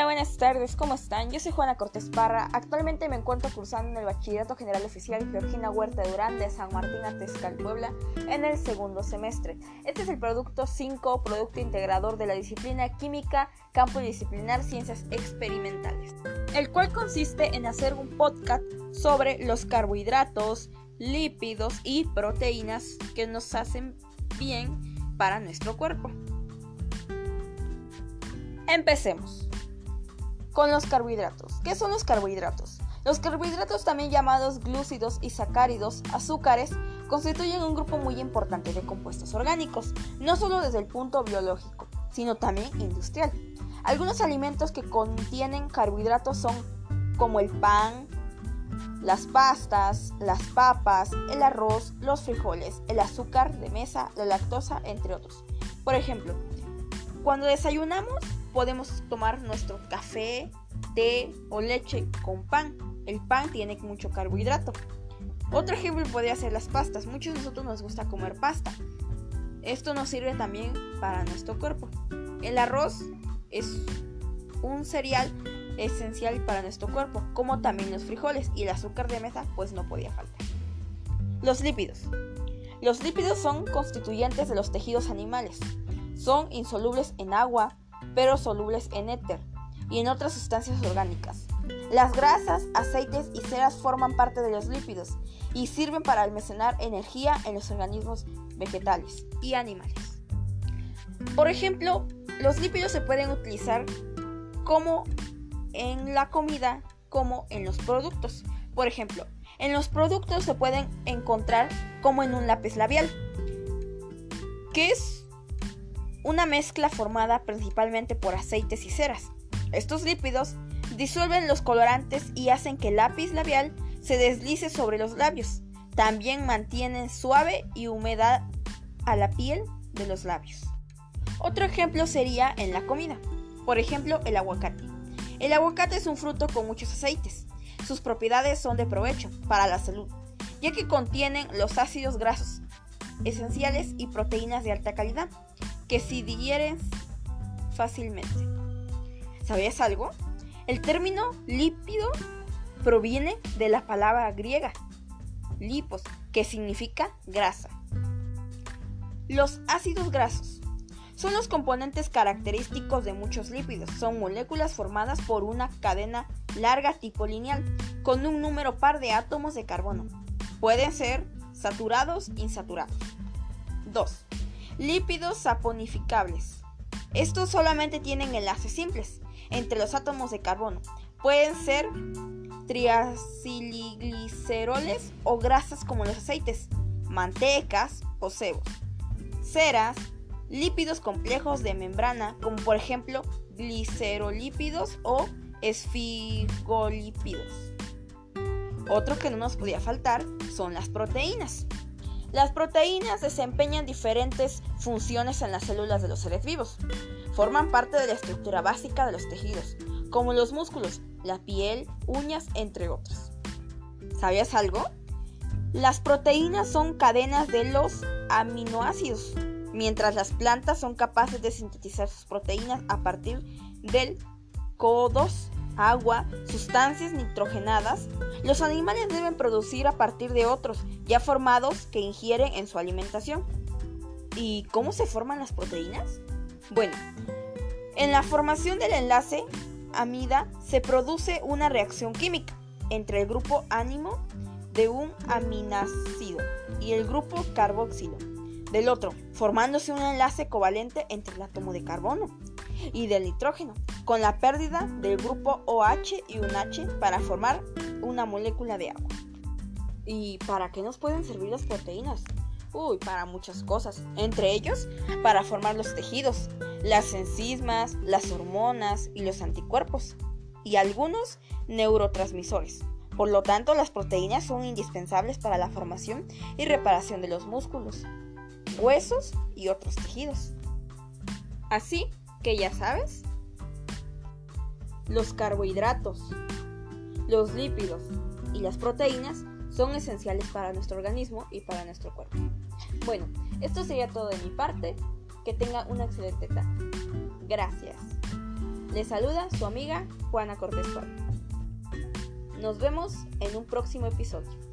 buenas tardes, ¿cómo están? Yo soy Juana Cortés Parra. Actualmente me encuentro cursando en el Bachillerato General Oficial Georgina Huerta Durán de San Martín Atezcal, Puebla, en el segundo semestre. Este es el producto 5, producto integrador de la disciplina Química, campo disciplinar Ciencias Experimentales, el cual consiste en hacer un podcast sobre los carbohidratos, lípidos y proteínas que nos hacen bien para nuestro cuerpo. Empecemos con los carbohidratos. ¿Qué son los carbohidratos? Los carbohidratos, también llamados glúcidos y sacáridos, azúcares, constituyen un grupo muy importante de compuestos orgánicos, no solo desde el punto biológico, sino también industrial. Algunos alimentos que contienen carbohidratos son como el pan, las pastas, las papas, el arroz, los frijoles, el azúcar de mesa, la lactosa, entre otros. Por ejemplo, cuando desayunamos, podemos tomar nuestro café, té o leche con pan. El pan tiene mucho carbohidrato. Otro ejemplo podría ser las pastas. Muchos de nosotros nos gusta comer pasta. Esto nos sirve también para nuestro cuerpo. El arroz es un cereal esencial para nuestro cuerpo, como también los frijoles, y el azúcar de mesa pues no podía faltar. Los lípidos. Los lípidos son constituyentes de los tejidos animales. Son insolubles en agua, pero solubles en éter y en otras sustancias orgánicas. Las grasas, aceites y ceras forman parte de los lípidos y sirven para almacenar energía en los organismos vegetales y animales. Por ejemplo, los lípidos se pueden utilizar como en la comida como en los productos. Por ejemplo, en los productos se pueden encontrar como en un lápiz labial, que es una mezcla formada principalmente por aceites y ceras. Estos lípidos disuelven los colorantes y hacen que el lápiz labial se deslice sobre los labios. También mantienen suave y humedad a la piel de los labios. Otro ejemplo sería en la comida. Por ejemplo, el aguacate. El aguacate es un fruto con muchos aceites. Sus propiedades son de provecho para la salud, ya que contienen los ácidos grasos esenciales y proteínas de alta calidad, que se digieren fácilmente. ¿Sabías algo? El término lípido proviene de la palabra griega lipos, que significa grasa. Los ácidos grasos son los componentes característicos de muchos lípidos. Son moléculas formadas por una cadena larga tipo lineal, con un número par de átomos de carbono. Pueden ser saturados e insaturados. 2. Lípidos saponificables. Estos solamente tienen enlaces simples entre los átomos de carbono. Pueden ser triacilgliceroles o grasas como los aceites, mantecas o cebos. Ceras, lípidos complejos de membrana, como por ejemplo glicerolípidos o esfigolípidos. Otro que no nos podía faltar son las proteínas. Las proteínas desempeñan diferentes funciones en las células de los seres vivos. Forman parte de la estructura básica de los tejidos, como los músculos, la piel, uñas, entre otros. ¿Sabías algo? Las proteínas son cadenas de los aminoácidos, mientras las plantas son capaces de sintetizar sus proteínas a partir del CO2, agua, sustancias nitrogenadas. Los animales deben producir a partir de otros ya formados que ingieren en su alimentación. ¿Y cómo se forman las proteínas? Bueno, en la formación del enlace amida se produce una reacción química entre el grupo amino de un aminoácido y el grupo carboxilo del otro, formándose un enlace covalente entre el átomo de carbono y del nitrógeno, con la pérdida del grupo OH y un H para formar una molécula de agua. ¿Y para qué nos pueden servir las proteínas? Para muchas cosas, entre ellos para formar los tejidos, las enzimas, las hormonas y los anticuerpos, y algunos neurotransmisores. Por lo tanto, las proteínas son indispensables para la formación y reparación de los músculos, huesos y otros tejidos. Así que ya sabes, los carbohidratos, los lípidos y las proteínas son esenciales para nuestro organismo y para nuestro cuerpo. Bueno, esto sería todo de mi parte. Que tenga una excelente tarde. Gracias. Les saluda su amiga Juana Cortés Pablo. Nos vemos en un próximo episodio.